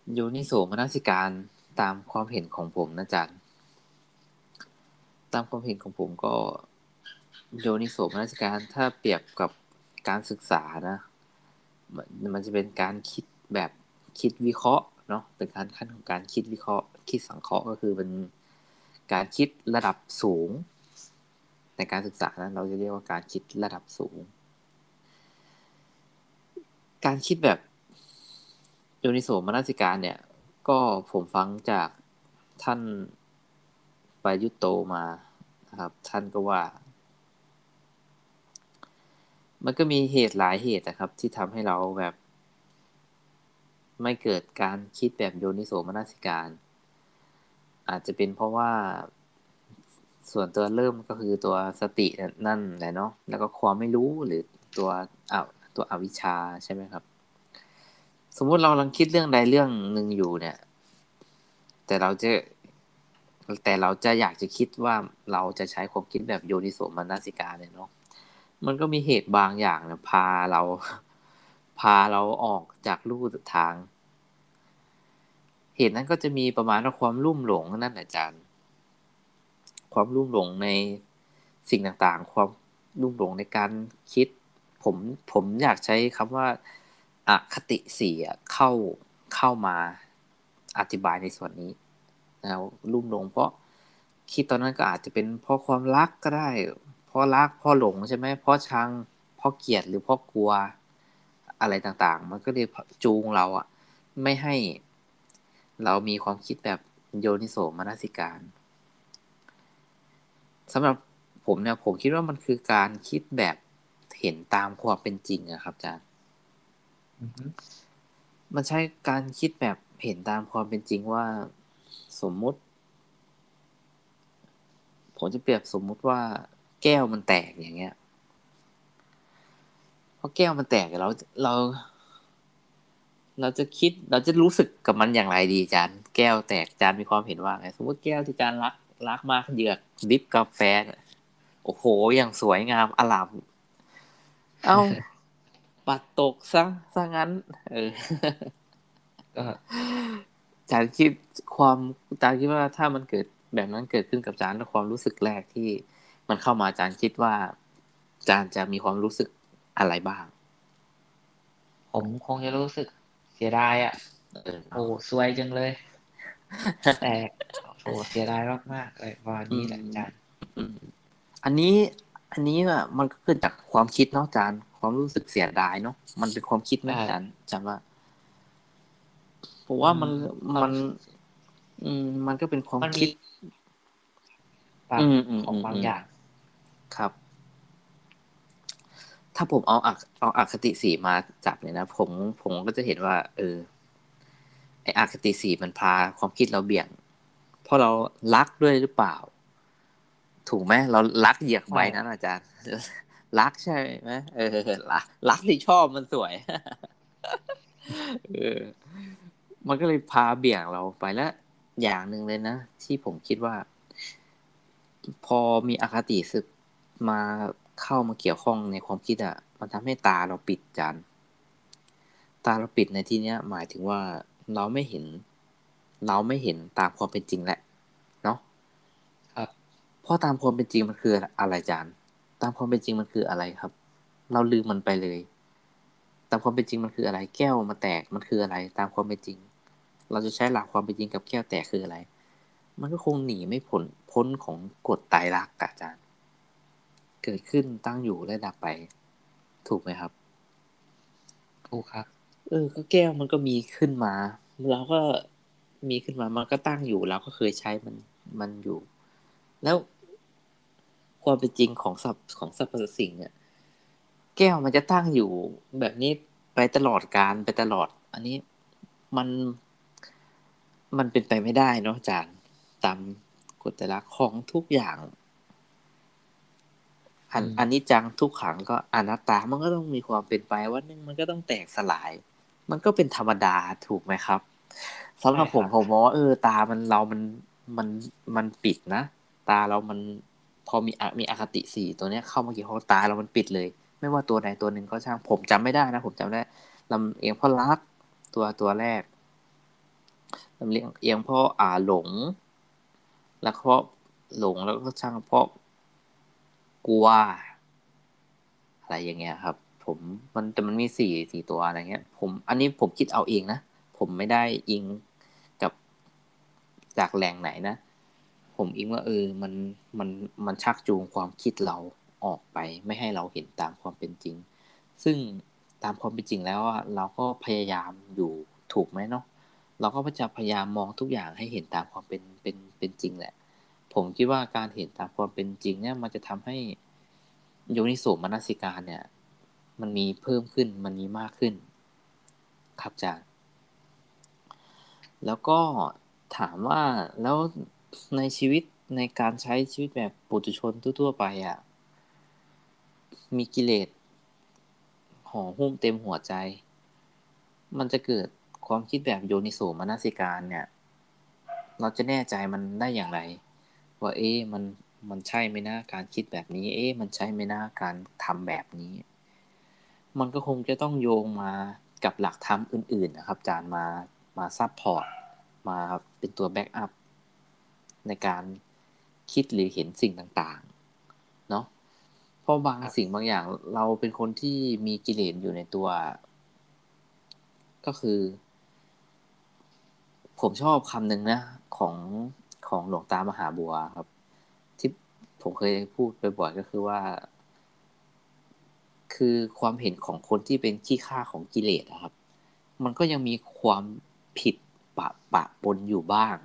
โยนิโสมนสิการตามความเห็นของผมนะจ๊ะตามความเห็นของผมก็โยนิโสมนสิการถ้าเปรียบกับการศึกษานะมันจะเป็นการคิดแบบคิดวิเคราะห์เนาะเป็นการขั้นของการคิดวิเคราะห์คิดสังเคราะห์ก็คือเป็นการคิดระดับสูงในการศึกษานะเราจะเรียกว่าการคิดระดับสูงการคิดแบบโยนิโสมนสิการเนี่ยก็ผมฟังจากท่านปายุตโตมานะครับท่านก็ว่า มันก็มีเหตุหลายเหตุนะครับที่ทำให้เราแบบไม่เกิดการคิดแบบโยนิโสมนสิการอาจจะเป็นเพราะว่าส่วนตัวเริ่มก็คือตัวสตินั่นแหละเนาะแล้วก็ความไม่รู้หรือตัวอ่าตัวอวิชชาใช่ไหมครับสมมุติเรากำลังคิดเรื่องใดเรื่องหนึ่งอยู่เนี่ยแต่เราจะแต่เราจะอยากจะคิดว่าเราจะใช้ความคิดแบบโยนิโสมนสิการเนี่ยเนาะมันก็มีเหตุบางอย่างเนี่ยเราพาเราออกจากลู่ทาง เหตุนั้นก็จะมีประมาณว่าความลุ่มหลงนั่นแหละอาจารย์ความลุ่มหลงในสิ่งต่างๆความลุ่มหลงในการคิดผมผมอยากใช้คำว่าอคติสี่เข้ามาอธิบายในส่วนนี้นะลุ่มหลงเพราะคิดตอนนั้นก็อาจจะเป็นเพราะความรักก็ได้เพราะรักเพราะหลงใช่ไหมเพราะชังเพราะเกลียดหรือเพราะกลัวอะไรต่างๆมันก็เลยจูงเราอะไม่ให้ เรามีความคิดแบบโยนิโสมนสิการสำหรับผมเนี่ยผมคิดว่ามันคือการคิดแบบเห็นตามความเป็นจริงอะครับอาจารย์อือฮึมันใช้การคิดแบบเห็นตามความเป็นจริงว่าสมมุติผมจะเปรียบสมมุติว่าแก้วมันแตกอย่างเงี้ยพอแก้วมันแตกเราจะคิดเราจะรู้สึกกับมันอย่างไรดีอาจารย์แก้วแตกอาจารย์มีความเห็นว่าไงสมมติแก้วที่อาจารย์รักมากเหยือกดริปกาแฟเนี่ยโอ้โหอย่างสวยงามอลาม เอ้าปัดตกซะงั้นเออก็จานคิดความจานคิดว่าถ้ามันเกิดแบบนั้นเกิดขึ้นกับจานแล้วความรู้สึกแรกที่มันเข้ามาจานคิดว่าจานจะมีความรู้สึกอะไรบ้างผมคงจะรู้สึกเสียดายอ่ะเออโอ้เนาะซวยจังเลยแต่โอ้เสียดายมากๆเลยวันอืนี้แหละอามจารย์อืมอันนี้อันนี้อะมันก็เกิดจากความคิดเนาะจานความรู้สึกเสียดายเนาะมันเป็นความคิดไหมใช่จานจำว่าผมอืมว่าความมันรู้สึกมันก็เป็นความมันมีคิดครับอืของมอืมบางอย่างครับ ถ้าผมเอาอคติสีมาจับเนี่ยนะผมก็จะเห็นว่าไออคติสีมันพาความคิดเราเบี่ยงเพราะเรารักด้วยหรือเปล่าถูกไหมเรารักเหยียกใบใช่นั้นอาจารย์รักใช่ไหมรักที่ชอบมันสวยเออมันก็เลยพาเบี่ยงเราไปแล้วอย่างหนึ่งเลยนะที่ผมคิดว่าพอมีอคติสึกมาเข้ามาเกี่ยวข้องในความคิดอ่ะมันทำให้ตาเราปิดจัน ตาเราปิดในที่เนี้ยหมายถึงว่าเราไม่เห็นเราไม่เห็นตามความเป็นจริงแหละเนาะครับเพราะตามความเป็นจริงมันคืออะไรจานตามความเป็นจริงมันคืออะไรครับเราลืมมันไปเลยตามความเป็นจริงมันคืออะไรแก้วมาแตกมันคืออะไรตามความเป็นจริงเราจะใช้หลักความเป็นจริงกับแก้วแตกคืออะไรมันก็คงหนีไม่พ้นของกฎไตรลักษณ์อะอาจารย์เกิดขึ้นตั้งอยู่และดับไปถูกไหมครับถูกครับก็แก้วมันก็มีขึ้นมาเราก็มีขึ้นมามันก็ตั้งอยู่เราก็เคยใช้มันอยู่แล้วความเป็นจริงของสรรพสิ่งเนี่ยแก้วมันจะตั้งอยู่แบบนี้ไปตลอดกาลไปตลอดอันนี้มันมันเป็นไปไม่ได้เนาะอาจารย์ตามกฎแต่ละของทุกอย่างอืมอันนี้จังทุกขังก็อนัตตามันก็ต้องมีความเป็นไปวันหนึงมันก็ต้องแตกสลายมันก็เป็นธรรมดาถูกไหมครับ สำหรับผมใช่ครับผมมองว่าตามันมันปิดนะตาเรามันพอมีอคติสี่ตัวเนี้ยเข้ามาเกี่ยวข้องตาเรามันปิดเลยไม่ว่าตัวใดตัวหนึ่งก็ช่างผมจำไม่ได้นะผมจำได้ลำเอียงเพราะรักตัวแรกลำเอียงเพราะหลงแล้วเพราะหลงแล้วก็ช่างเพราะกลัวอะไรอย่างเงี้ยครับผมแต่มันมีสี่ตัวอะไรเงี้ยอันนี้ผมคิดเอาเองนะผมไม่ได้อิงกับจากแหล่งไหนนะผมอิงว่ามันมันชักจูงความคิดเราออกไปไม่ให้เราเห็นตามความเป็นจริงซึ่งตามความเป็นจริงแล้วเราก็พยายามอยู่ถูกไหมเนาะเราก็จะพยายามมองทุกอย่างให้เห็นตามความเป็นจริงแหละผมคิดว่าการเห็นตามความเป็นจริงเนี่ยมันจะทำให้โยนิโสมนสิการเนี่ยมันมีเพิ่มขึ้นมันมีมากขึ้นครับอาจารย์แล้วก็ถามว่าแล้วในชีวิตในการใช้ชีวิตแบบปุถุชนทั่วๆไปมีกิเลสห่อหุ้มเต็มหัวใจมันจะเกิดความคิดแบบโยนิโสมนสิการเนี่ยเราจะแน่ใจมันได้อย่างไรว่ามันใช่ไหมนะการคิดแบบนี้มันใช่ไหมนะการทำแบบนี้มันก็คงจะต้องโยงมากับหลักธรรมอื่นๆนะครับอาจารย์มาซัพพอร์ตมาเป็นตัวแบ็กอัพในการคิดหรือเห็นสิ่งต่างๆเนาะเพราะบางครับสิ่งบางอย่างเราเป็นคนที่มีกิเลสอยู่ในตัวก็คือ ผมชอบคำหนึ่งนะของของหลวงตามหาบัวครับที่ผมเคยพูดบ่อยๆก็คือว่าคือความเห็นของคนที่เป็นขี้ข้าของกิเลสอะครับมันก็ยังมีความผิดปะปนอยู่บ้าง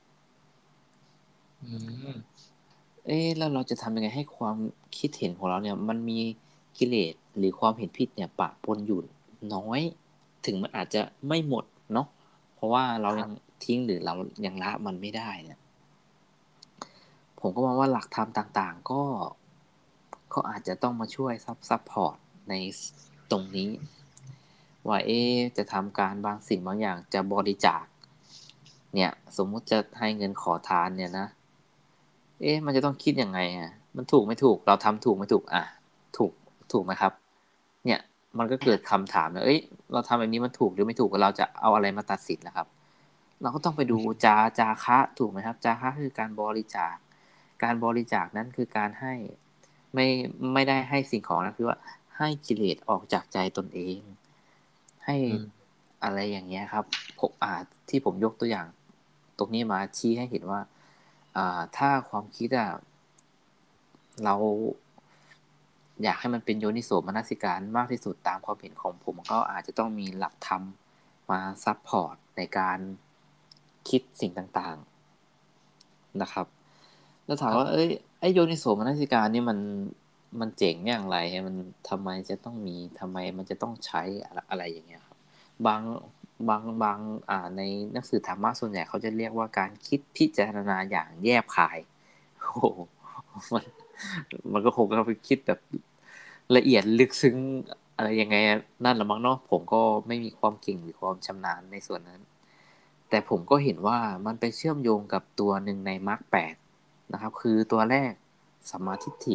อืมแล้วเราจะทำยังไงให้ความคิดเห็นของเราเนี่ยมันมีกิเลสหรือความเห็นผิดเนี่ยปะปนอยู่น้อยถึงมันอาจจะไม่หมดเนาะเพราะว่าเรายังครับทิ้งหรือเรายังละมันไม่ได้เนี่ย ผมก็มองว่าหลักธรรมต่างๆก็อาจจะต้องมาช่วยซับพอร์ตในตรงนี้ว่าจะทำการบางสิ่งบางอย่างจะบริจาคเนี่ยสมมุติจะให้เงินขอทานเนี่ยนะมันจะต้องคิดยังไงมันถูกไม่ถูกเราทำถูกไม่ถูกถูกถูกไหมครับเนี่ยมันก็เกิดคำถามนะเราทำแบบนี้มันถูกหรือไม่ถูกเราจะเอาอะไรมาตัดสินล่ะครับ เราก็ต้องไปดูจาคะถูกไหมครับจาคะคือการบริจาคการบริจาคนั้นคือการให้ไม่ไม่ได้ให้สิ่งของนะคือว่าให้กิเลสออกจากใจตนเองให้อืมอะไรอย่างเงี้ยครับผมที่ผมยกตัวอย่างตรงนี้มาชี้ให้เห็นว่าถ้าความคิดเราอยากให้มันเป็นโยนิโสมนสิการมากที่สุดตามความเห็นของผมก็อาจจะต้องมีหลักธรรมมาซัพพอร์ตในการคิดสิ่งต่างๆนะครับแล้วถามว่าครับไอ้โยนิโสมนสิการนี่มันเจ๋งอย่างไรมันทำไมจะต้องมีทำไมมันจะต้องใช้อะไรอย่างเงี้ยครับบางบางในหนังสือธรรมะส่วนใหญ่เขาจะเรียกว่าการคิดพิจารณาอย่างแยบคายโอ้โหมันมันก็คงต้องไปคิดแบบละเอียดลึกซึ้งอะไรยังไงนั่นละมั้งเนาะผมก็ไม่มีความเก่งหรือความชำนาญในส่วนนั้นแต่ผมก็เห็นว่ามันไปเชื่อมโยงกับตัวหนึ่งในมรรคแปดนะครับคือตัวแรกสัมมาทิฏฐิ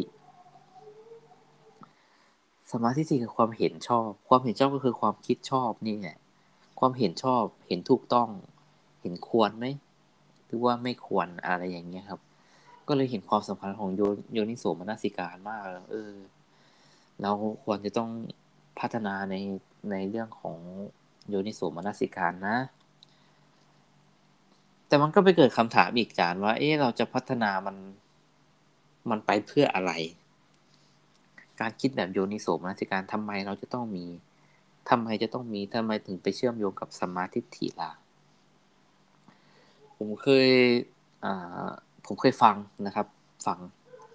สัมมาทิฏฐิคือความเห็นชอบความเห็นชอบก็คือความคิดชอบนี่แหละความเห็นชอบเห็นถูกต้องเห็นควรไหมหรือว่าไม่ควรอะไรอย่างเงี้ยครับ ก็เลยเห็นความสำคัญของโยนิโสมนสิการมากเราควรจะต้องพัฒนาในเรื่องของโยนิโสมนสิการนะแต่มันก็ไปเกิดคำถามอีกจานว่าเราจะพัฒนามันไปเพื่ออะไรการคิดแบบโยนิโสมนสิการทำไมเราจะต้องมีทำไมถึงไปเชื่อมโยงกับสัมมาทิฏฐิล่ะผมเคยอ่าผมเคยฟังนะครับฟัง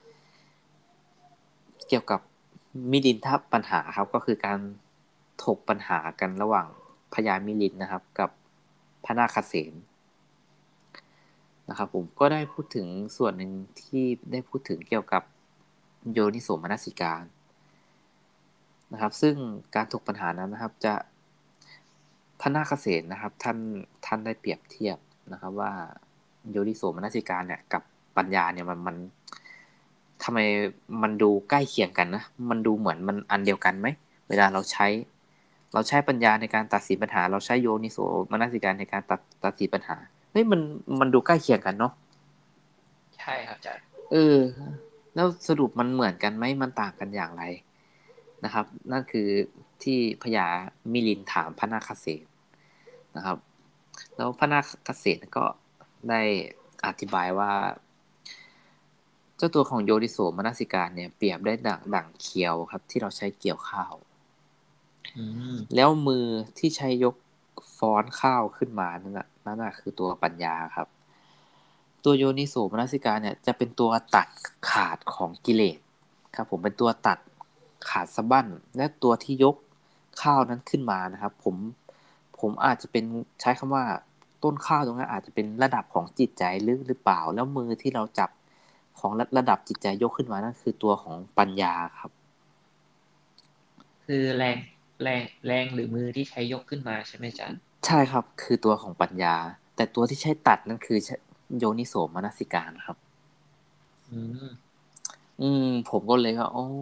เกี่ยวกับมิลินทปัญหาครับก็คือการถกปัญหากันระหว่างพญามิลินนะครับกับพระนาคเษนนะครับผมก็ได้พูดถึงส่วนหนึ่งที่ได้พูดถึงเกี่ยวกับโยนิโสมนสิการนะครับซึ่งการถกปัญหานั้นนะครับจะพระนาคเษนนะครับท่านได้เปรียบเทียบนะครับว่าโยนิโสมนสิการเนี่ยกับปัญญาเนี่ยมันทำไมมันดูใกล้เคียงกันนะมันดูเหมือนมันอันเดียวกันไหมเวลาเราใช้ปัญญาในการตัดสินปัญหาเราใช้โยนิโสมนสิการในการตัดสินปัญหาเฮ้ยมันดูใกล้เคียงกันเนาะใช่ครับอาจารย์เออแล้วสรุปมันเหมือนกันไหมมันต่างกันอย่างไรนะครับนั่นคือที่พญามิลินถามพระนาคเษนนะครับแล้วพระนาคเษนก็ได้อธิบายว่าเจ้าตัวของโยนิโสมนสิการเนี่ยเปรียบได้ดั่งเคียวครับที่เราใช้เกี่ยวข้าวอืมแล้วมือที่ใช้ยกฟ้อนข้าวขึ้นมานั่นน่ะคือตัวปัญญาครับตัวโยนิโสมนสิการเนี่ยจะเป็นตัวตัดขาดของกิเลสครับผมเป็นตัวตัดขาดสะบั้นและตัวที่ยกข้าวนั้นขึ้นมานะครับผมอาจจะเป็นใช้คำว่าต้นข้าวตรงนั้นอาจจะเป็นระดับของจิตใจหรือเปล่าแล้วมือที่เราจับของระดับจิตใจยกขึ้นมานั่นคือตัวของปัญญาครับคือแรงหรือมือที่ใช้ยกขึ้นมาใช่ไหมอาจารย์ใช่ครับคือตัวของปัญญาแต่ตัวที่ใช้ตัดนั่นคือโยนิโสมนสิการครับอืมผมก็เลยว่าโอ้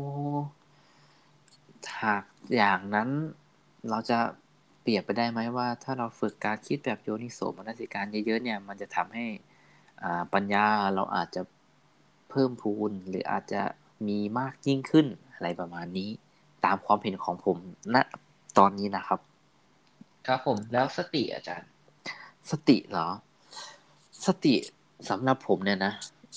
หากอย่างนั้นเราจะเปรียบไปได้ไหมว่าถ้าเราฝึกการคิดแบบโยนิโสมนสิการเยอะๆเนี่ยมันจะทำให้ปัญญาเราอาจจะเพิ่มพูนหรืออาจจะมีมากยิ่งขึ้นอะไรประมาณนี้ตามความเห็นของผมณตอนนี้นะครับครับผมแล้วสติอาจารย์สติเหรอสติสำหรับผมเนี่ยนะ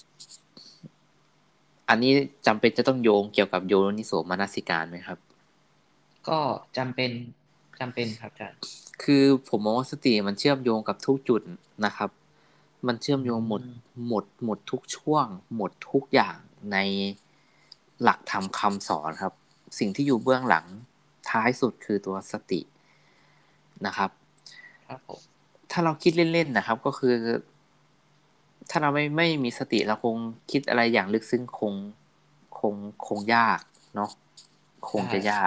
อันนี้จำเป็นจะต้องโยงเกี่ยวกับโยนิโสมนสิการไหมครับก็จำเป็นครับอาจารย์คือผมมองว่าสติมันเชื่อมโยงกับทุกจุดนะครับ มันเชื่อมอืโยงหมดมหมดทุกช่วงหมดทุกอย่างในหลักธรรมคำสอนครับ สิ่งที่อยู่เบื้องหลังท้ายสุดคือตัวสตินะครับครับผมถ้าเราคิดเล่นๆนะครับก็คือถ้าเราไม่มีสติเราคงคิดอะไรอย่างลึกซึ้งคงคงยากเนาะคงใช่จะยาก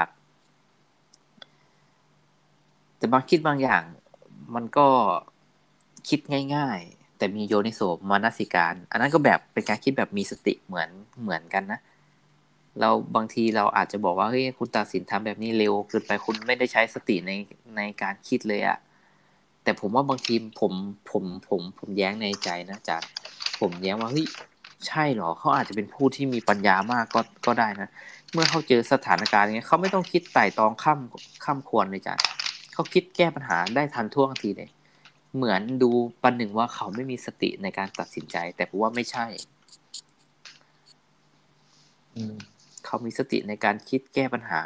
แต่บางคิดบางอย่างมันก็คิดง่ายๆแต่มีโยนิโสมนสิการอันนั้นก็แบบเป็นการคิดแบบมีสติเหมือนกันนะเราบางทีเราอาจจะบอกว่าเฮ้ยคุณตัดสินทำแบบนี้เร็วเกินไปคุณไม่ได้ใช้สติในการคิดเลยอะแต่ผมว่าบางทีผมแย้งในใจนะอาจารย์ผมแย้งว่าเฮ้ยใช่เหรอเขาอาจจะเป็นผู้ที่มีปัญญามากก็ได้นะเมื่อเขาเจอสถานการณ์อย่างเงี้ยเขาไม่ต้องคิดไต่ตองข้ามควรเลยจ้ะ เขาคิดแก้ปัญหาได้ทันท่วงทีเลยเหมือนดูประหนึ่งว่าเขาไม่มีสติในการตัดสินใจ แต่ผมว่าไม่ใช่อืมเขามีสติในการคิดแก้ปัญหา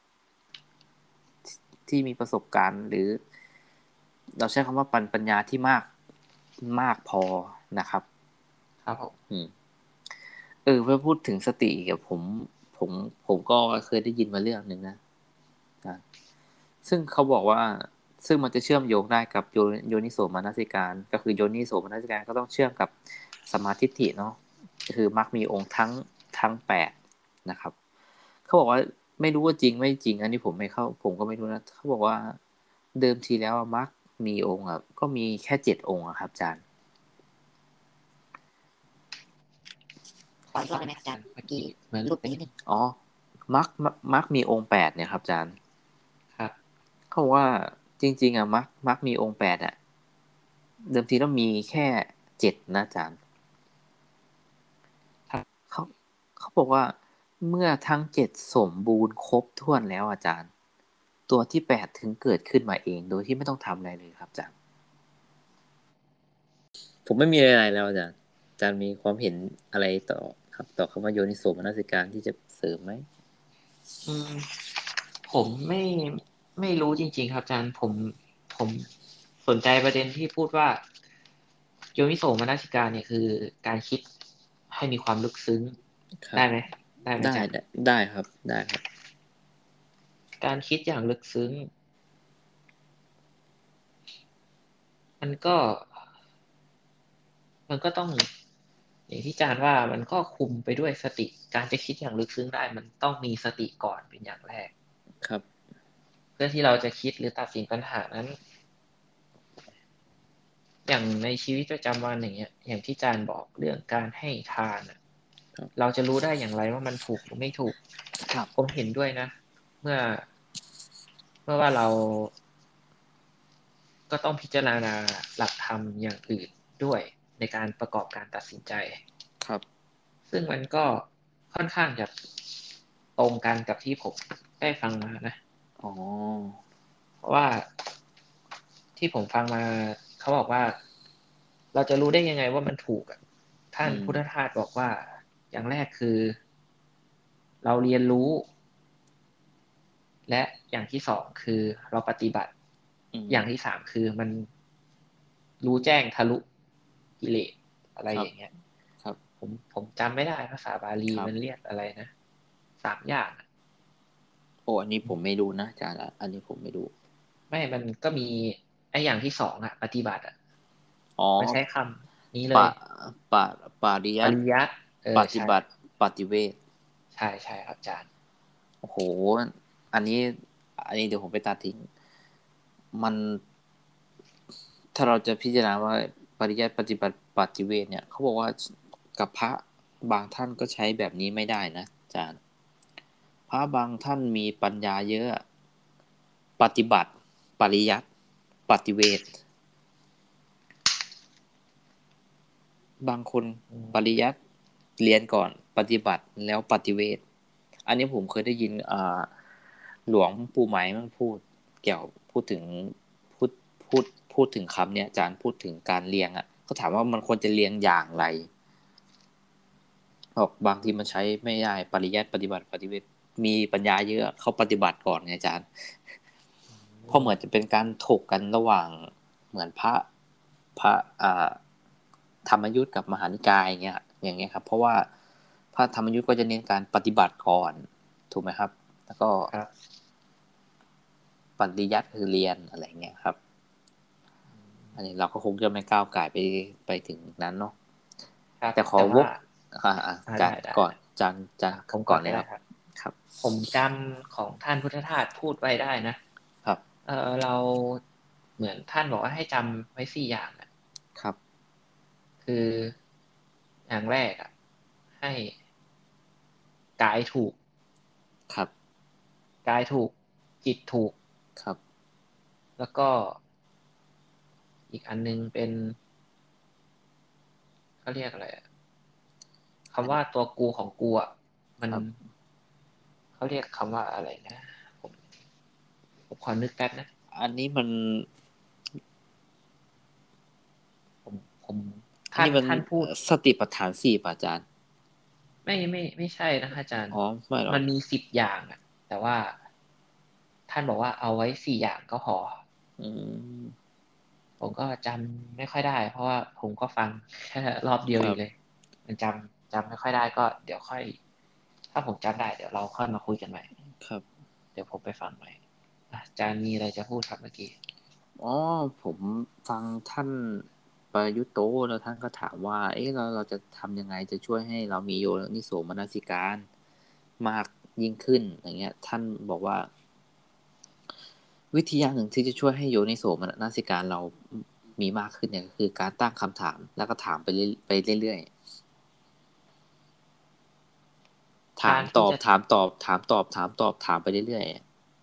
ที่มีประสบการณ์หรือเราใช้คำว่าปัญญาที่มากพอนะครับครับผมอืมเพื่อพูดถึงสติกับผมผมก็เคยได้ยินมาเรื่องหนึ่งนะซึ่งเขาบอกว่าซึ่งมันจะเชื่อมโยงได้กับโยนิโสมนสิการก็คือโยนิโสมนสิการก็ต้องเชื่อมกับสมาธิฏฐิเนาะก็คือมรรคมีองค์ทั้ง8นะครับเขาบอกว่าไม่รู้ว่าจริงไม่จริงอันนี้ผมก็ไม่รู้นะเขาบอกว่าเดิมทีแล้วมรรคมีองค์อ่ะก็มีแค่7 องค์อะครับอาจารย์ขออีกรอบได้ไหมอาจารย์เมื่อกี้เหมือนหลุดไปนิดนึงอ๋อมรรคมีองค์8เนี่ยครับอาจารย์ครับเขาบอกว่าจริงๆอ่ะมรรคมีองค์8อ่ะเดิมทีแล้วมีแค่7นะอาจารย์ครับเขาเขาบอกว่าเมื่อทั้ง7สมบูรณ์ครบถ้วนแล้วอาจารย์ตัวที่8ถึงเกิดขึ้นมาเองโดยที่ไม่ต้องทำอะไรเลยครับอาจารย์ผมไม่มีอะไรแล้วอาจารย์อาจารย์มีความเห็นอะไรต่อครับต่อคำว่าโยนิโสมนสิการที่จะเสริมไหมอืมผมไม่รู้จริงๆครับอาจารย์ผมสนใจประเด็นที่พูดว่าโยนิโสมนสิการเนี่ยคือการคิดให้มีความลึกซึ้งครับได้ไหมได้ไหมอาได้จารย์ได้ครับได้ครับการคิดอย่างลึกซึ้งมันก็มันก็ต้องอย่างที่อาจารย์ว่ามันก็คุมไปด้วยสติการจะคิดอย่างลึกซึ้งได้มันต้องมีสติก่อนเป็นอย่างแรกครับเพื่อที่เราจะคิดหรือตัดสินปัญหานั้นอย่างในชีวิตประจำวันอย่างเงี้ยอย่างที่อาจารย์บอกเรื่องการให้ทานอะครับเราจะรู้ได้อย่างไรว่ามันถูกหรือไม่ถูกครับผมเห็นด้วยนะเมื่อเมื่อว่าเราก็ต้องพิจารณาหลักธรรมอย่างอื่นด้วยในการประกอบการตัดสินใจครับซึ่งมันก็ค่อนข้างจะตรงกันกับที่ผมได้ฟังมานะอ๋อเพราะว่าที่ผมฟังมาเขาบอกว่าเราจะรู้ได้ยังไงว่ามันถูกอ่ะท่านพุทธทาสบอกว่าอย่างแรกคือเราเรียนรู้และอย่างที่สองคือเราปฏิบัติอย่างที่สามคือมันรู้แจ้งทะลุกิเลสอะไรครับอย่างเงี้ยครับผมจำไม่ได้ภาษาบาลีครับมันเรียกอะไรนะ3 อย่างโอ้อันนี้ผมไม่รู้นะอาจารย์อันนี้ผมไม่รู้ไม่มันก็มีไอ้อย่างที่สองอ่ะปฏิบัติอ่ะอ๋อมันใช้คำนี้เลยปะปะปาริยัติปริยัติปฏิใช่บัติปฏิเวทใช่ใช่ครับอาจารย์โอ้โหอันนี้อันนี้เดี๋ยวผมไปตัดทิ้งมันถ้าเราจะพิจารณาว่าปริยัติปฏิบัติปฏิเวทเนี่ยเขาบอกว่ากับพระบางท่านก็ใช้แบบนี้ไม่ได้นะอาจารย์พระบางท่านมีปัญญาเยอะปฏิบัติปริยัติปฏิเวท บางคนอืมปริยัติเรียนก่อนปฏิบัติแล้วปฏิเวทอันนี้ผมเคยได้ยินหลวงปู่ไหมมันพูดเกี่ยวพูดถึงพูดพูดพูดถึงคำเนี่ยอาจารย์พูดถึงการเรียงอ่ะเขาถามว่ามันควรจะเรียงอย่างไรบอกบางทีมันใช้ไม่ได้ปริยัติปฏิบัติปฏิเวทมีปัญญาเยอะเขาปฏิบัติก่อนไงอาจารย์เพราะเหมือนจะเป็นการถกกันระหว่างเหมือนพระธรรมยุทธกับมหานิกายอย่างเงี้ยครับเพราะว่าพระธรรมยุทธก็จะเน้นการปฏิบัติก่อนถูกไหมครับแล้วก็ครับปฏิยัติคือเรียนอะไรเงี้ยครับอันนี้เราก็คงจะไม่ก้าวไก่ไปถึงนั้นเนาะครับแต่ขอแต่ว่าวกจานได้ได้ก่อนจานผมก่ก่อนเลยครับอนก็ได้ครับครับผมจำของท่านพุทธทาสพูดไว้ได้นะครับเราเหมือนท่านบอกว่าให้จำไว้4 อย่างอะครับคืออย่างแรกอ่ะให้กายถูกครับกายถูกจิตถูกครับแล้วก็อีกอันนึงเป็นเขาเรียกอะไรอะคำว่าตัวกูของกูอ่ะมันครับเขาเรียกคำว่าอะไรนะผมผมขอนึกแป๊บนะอันนี้มันผมผมอันนี้มันท่านพูดสติปัฏฐานสี่ป่ะอาจารย์ไม่ใช่นะอาจารย์อ๋อไม่หรอกมันมี10 อย่างอ่ะแต่ว่าท่านบอกว่าเอาไว้4 อย่างก็พออืมผมก็จำไม่ค่อยได้เพราะว่าผมก็ฟังแค่รอบเดียวครับอีกเลยมันจำไม่ค่อยได้ก็เดี๋ยวค่อยถ้าผมจำได้เดี๋ยวเราค่อยมาคุยกันใหม่ครับเดี๋ยวผมไปฟังใหม่อาจารย์มีอะไรจะพูดครับเมื่อกี้อ๋อผมฟังท่านประยุทธ์โตแล้วท่านก็ถามว่าเอ๊ะเราจะทำยังไงจะช่วยให้เรามีโยนิโสมนสิการมากยิ่งขึ้นอย่างเงี้ยท่านบอกว่าวิธีอย่างหนึ่งที่จะช่วยให้โยนิโสมนสิการเรามีมากขึ้นเนี่ยก็คือการตั้งคำถามแล้วก็ถามไปเรื่อยๆถามตอบการที่จะถามตอบถามตอบถามตอบถามไปเรื่อย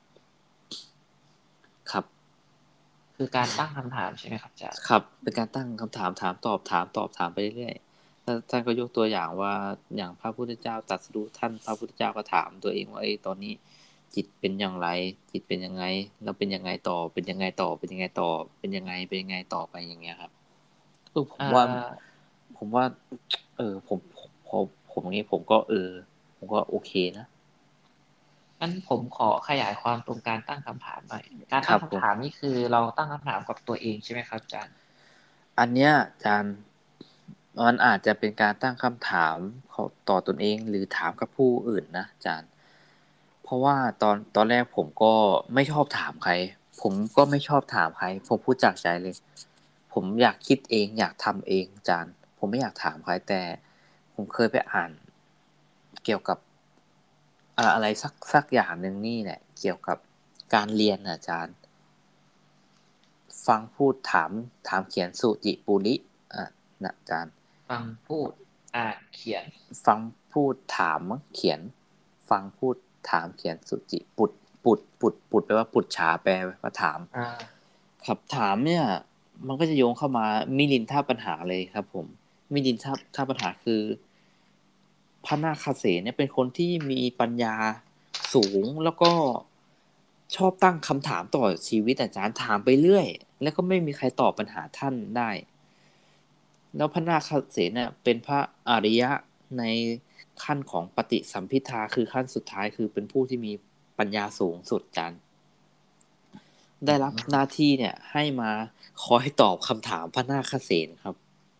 ๆครับคือการตั้งคำถามใช่ไหมครับอาจารย์ครับเป็นการตั้งคำถามถามตอบถามตอบถามไปเรื่อยๆท่านก็ยกตัวอย่างว่าอย่างพระพุทธเจ้าตรัสรู้ท่านพระพุทธเจ้าก็ถามตัวเองว่าตอนนี้จิตเป็นอย่างไรจิตเป็นยังไงเราเป็นยังไงต่อเป็นยังไงต่อเป็นยังไงต่อเป็นยังไงเป็นยังไงต่อไปอย่างเงี้ยครับผอ่มว่าาผมว่าผมพอผมนี้ผมก็ผมก็โอเคนะงั้นผมขอขยายความตรงการตั้งคำถามหน่อยการครับผมตั้งคำถามนี่คือเราตั้งคำถามกับตัวเองใช่ไหมครับอาจารย์อันเนี้ยอาจารย์มันอาจจะเป็นการตั้งคำถามต่อตนเองหรือถามกับผู้อื่นนะอาจารย์ เพราะว่าตอนแรกผมก็ไม่ชอบถามใครผมก็ไม่ชอบถามใครผมพูดจากใจเลยผมอยากคิดเองอยากทำเองอาจารย์ผมไม่อยากถามใครแต่ผมเคยไปอ่านเกี่ยวกับอะไรสักอย่างหนึ่งนี่แหละเกี่ยวกับการเรียนน่ะอาจารย์ฟังพูดถามเขียนสุจิปุริอ่ะนะอาจารย์ฟังพูดอ่านเขียนฟังพูดถามเขียนฟังพูดถามเขียนสุจิปุดแปลว่าปุจฉาแปลว่าถามอ่าครับถามเนี่ยมันก็จะโยงเข้ามามิลินท่าปัญหาเลยครับผมมิลินท่าปัญหาคือพระนาคเษนเนี่ยเป็นคนที่มีปัญญาสูงแล้วก็ชอบตั้งคำถามต่อชีวิตอาจารย์ถามไปเรื่อยแล้วก็ไม่มีใครตอบปัญหาท่านได้แล้วพระนาคเษนเนี่ยเป็นพระอริยะในขั้นของปฏิสัมภิทาคือขั้นสุดท้ายคือเป็นผู้ที่มีปัญญาสูงสุดอาจารย์ ได้รับหน้าที่เนี่ยให้มาคอยตอบคำถามพระนาคเษนครับ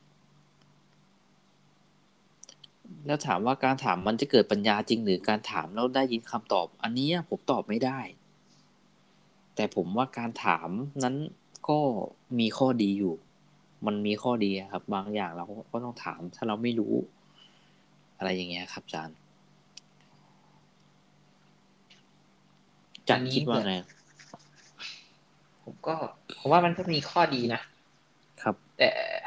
แล้วถามว่าการถามมันจะเกิดปัญญาจริงหรือการถามแล้วได้ยินคำตอบอันนี้ผมตอบไม่ได้แต่ผมว่าการถามนั้นก็มีข้อดีอยู่มันมีข้อดีครับบางอย่างเราก็ต้องถามถ้าเราไม่รู้อะไรอย่างเงี้ยครับอาจารย์อาอัจารย์นนี้เหมือนคิดว่าไงผมก็ผมว่ามันก็มีข้อดีนะครับแต่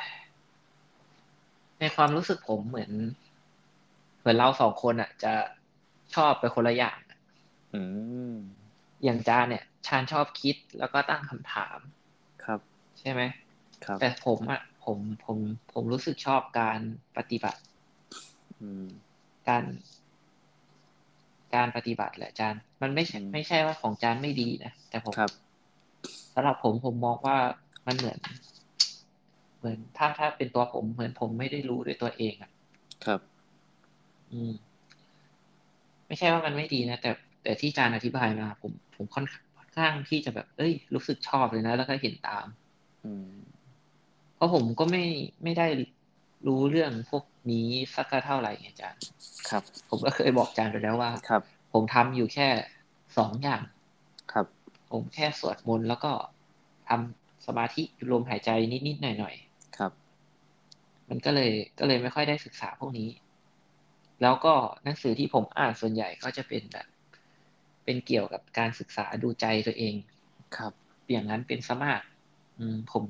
ในความรู้สึกผมเหมือนเราสองคนอ่ะจะชอบไปคนละอย่างอืมอย่างจานเนี่ยชาญชอบคิดแล้วก็ตั้งคำถามครับใช่ไหมครับแต่ผมรู้สึกชอบการปฏิบัติอืมการการปฏิบัติแหละจานมันไม่ใช่อืมไม่ใช่ว่าของจานไม่ดีนะแต่ครับสำหรับผมมองว่ามันเหมือนถ้าเป็นตัวผมเหมือนผมไม่ได้รู้ด้วยตัวเองอ่ะครับอืม ไม่ใช่ว่ามันไม่ดีนะแต่ที่อาจารย์อธิบายมาผมค่อนข้างที่จะแบบเอ้ยรู้สึกชอบเลยนะแล้วก็เห็นตามอืมเพราะผมก็ไม่ได้รู้เรื่องพวกนี้สักเท่าไหร่ไงอาจารย์ครับผมก็เคยบอกอาจารย์ไปแล้วว่าครับผมทำอยู่แค่2 อย่างครับผมแค่สวดมนต์แล้วก็ทำสมาธิลมหายใจนิดๆหน่อยครับๆมันก็เลยไม่ค่อยได้ศึกษาพวกนี้ แล้วก็หนังสือที่ผมอ่านส่วนใหญ่ก็จะเป็นแบบเป็นเกี่ยวกับการศึกษาดูใจตัวเองครับอย่างนั้นเป็นซะมากผม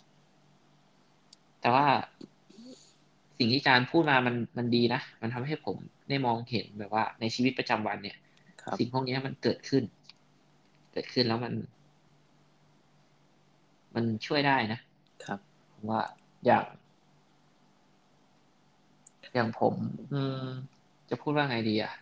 แต่ว่าสิ่งที่อาจารย์พูดมามันดีนะมันทำให้ผมได้มองเห็นแบบว่าในชีวิตประจำวันเนี่ยครับสิ่งพวกนี้มันเกิดขึ้นแล้วมันช่วยได้นะครับผมว่าอย่างอย่างผมอืมจะพูดว่าไงดีอะ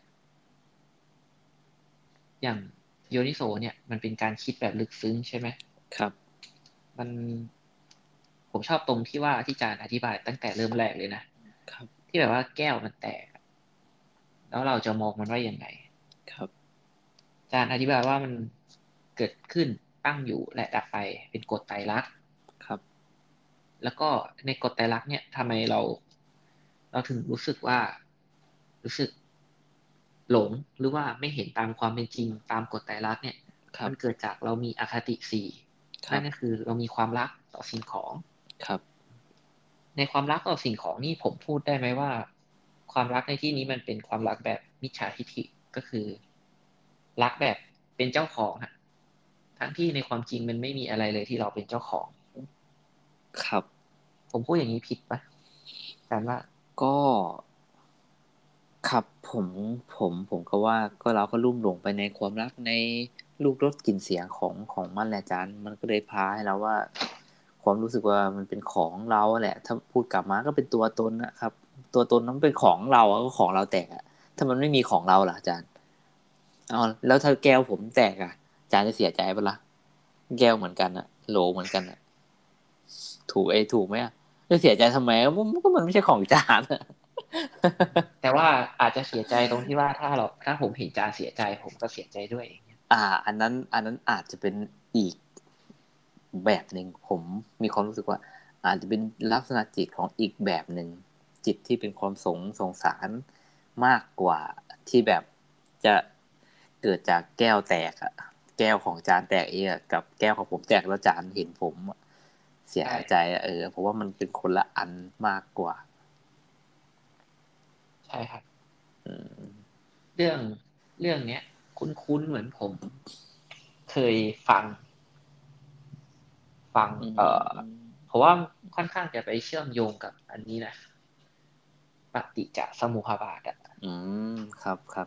อย่างโยนิโสเนี่ยมันเป็นการคิดแบบลึกซึ้งใช่ไหมครับมันผมชอบตรงที่ว่าที่อาจารย์อธิบายตั้งแต่เริ่มแรกเลยนะครับที่แบบว่าแก้วมันแตกแล้วเราจะมองมันว่ายังไงครับอาจารย์อธิบายว่ามันเกิดขึ้นตั้งอยู่และดับไปเป็นกฎไตรลักษณ์ครับแล้วก็ในกฎไตรลักษณ์เนี่ยทำไมเราถึงรู้สึกว่ารู้สึกหลงหรือว่าไม่เห็นตามความเป็นจริงตามกฎไตรลักษณ์เนี่ยครับมันเกิดจากเรามีอคติสี่ครับนั่นก็คือเรามีความรักต่อสิ่งของครับในความรักต่อสิ่งของนี่ผมพูดได้ไหมว่าความรักในที่นี้มันเป็นความรักแบบมิจฉาทิฐิก็คือรักแบบเป็นเจ้าของฮะทั้งที่ในความจริงมันไม่มีอะไรเลยที่เราเป็นเจ้าของครับผมพูดอย่างนี้ผิดปะอาจารย์ว่าก็ครับผมก็ว่าก็เราก็ลุ่มหลงไปในความรักในรูปรสกลิ่นเสียงของมันแหละอาจารย์มันก็เลยพาให้เราว่าความรู้สึกว่ามันเป็นของเราแหละถ้าพูดกลับมาก็เป็นตัวตนนะครับตัวตนนั้นเป็นของเราอะก็ของเราแตกอะถ้ามันไม่มีของเราล่ะอาจารย์เอาแล้วถ้าแก้วผมแตกอะอาจารย์จะเสียใจปะล่ะแก้วเหมือนกันอะโหลเหมือนกันอะถูกไหมอะจะเสียใจทำไมก็มันไม่ใช่ของอาจารย์อะแต่ว่าอาจจะเสียใจตรงที่ว่าถ้าผมเห็นจานเสียใจผมก็เสียใจด้วยอย่างเงี้ยอันนั้นอาจจะเป็นอีกแบบหนึ่งผมมีความรู้สึกว่าอาจจะเป็นลักษณะจิตของอีกแบบหนึ่งจิตที่เป็นความสงสารมากกว่าที่แบบจะเกิดจากแก้วแตกอะแก้วของจานแตกเองอะกับแก้วของผมแตกแล้วจานเห็นผมเสียใช่ใจอะเพราะว่ามันเป็นคนละอันมากกว่าใช่ครับอืมเรื่องเรื่องเนี้ยคุ้นๆเหมือนผมเคยฟังอืมเพราะว่าค่อนข้างจะไปเชื่อมโยงกับอันนี้นะปฏิจจสมุปบาทอะอืมครับครับ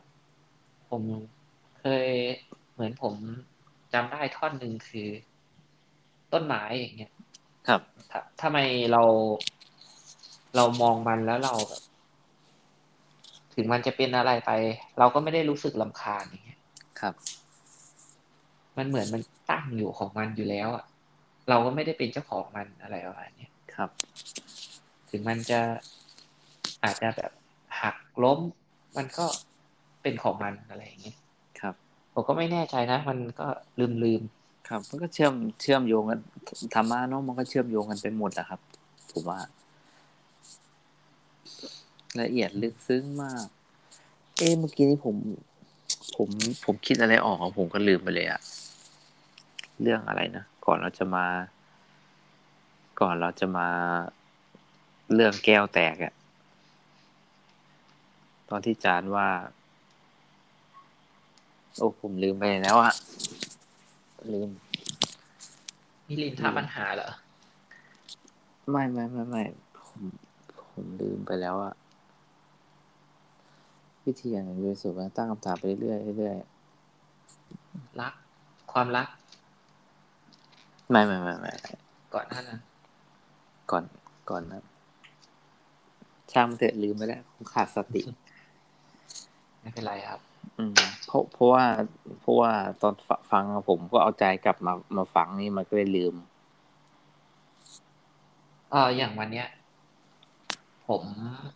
ผมเคยเหมือนผมจำได้ท่อนหนึ่งคือต้นไม้อย่างเงี้ยครับทำไมเรามองมันแล้วเราแบบถึงมันจะเป็นอะไรไปเราก็ไม่ได้รู้สึกรำคาญอย่างเงี้ยครับมันเหมือนมันตั้งอยู่ของมันอยู่แล้วอ่ะเราก็ไม่ได้เป็นเจ้าของมันอะไรประมาณเนี้ยครับถึงมันจะอาจจะแบบหักล้มมันก็เป็นของมันอะไรอย่างเงี้ยครับผมก็ไม่แน่ใจนะมันก็ลืมครับมันก็เชื่อมโยงกันธรรมะเนาะมันก็เชื่อมโยงกันไปหมดแหละครับผมว่าละเอียดลึกซึ้งมากเมื่อกี้นี้ผมผมคิดอะไรออกผมก็ลืมไปเลยอะเรื่องอะไรนะก่อนเราจะมาเรื่องแก้วแตกอะตอนที่จานว่าโอ้ผมลืมไปแล้วอะลืมมิลินลืถ้าปัมญหาเหรอไม่ผมผมลืมไปแล้วอะวิธีอย่างหนึ่งเลยสุดว่าตั้งคำถามไปเรื่อยๆเรื่อยรักความรักๆไม่ก่อนหน้านั้นก่อนก่อนนะช่างมันเถอะลืมไปแล้วผมขาดสติไม่เป็นไรครับเพราะว่าตอนฟังผมก็เอาใจกลับมาฟังนี่มันก็เลยลืมอย่างวันเนี้ยผม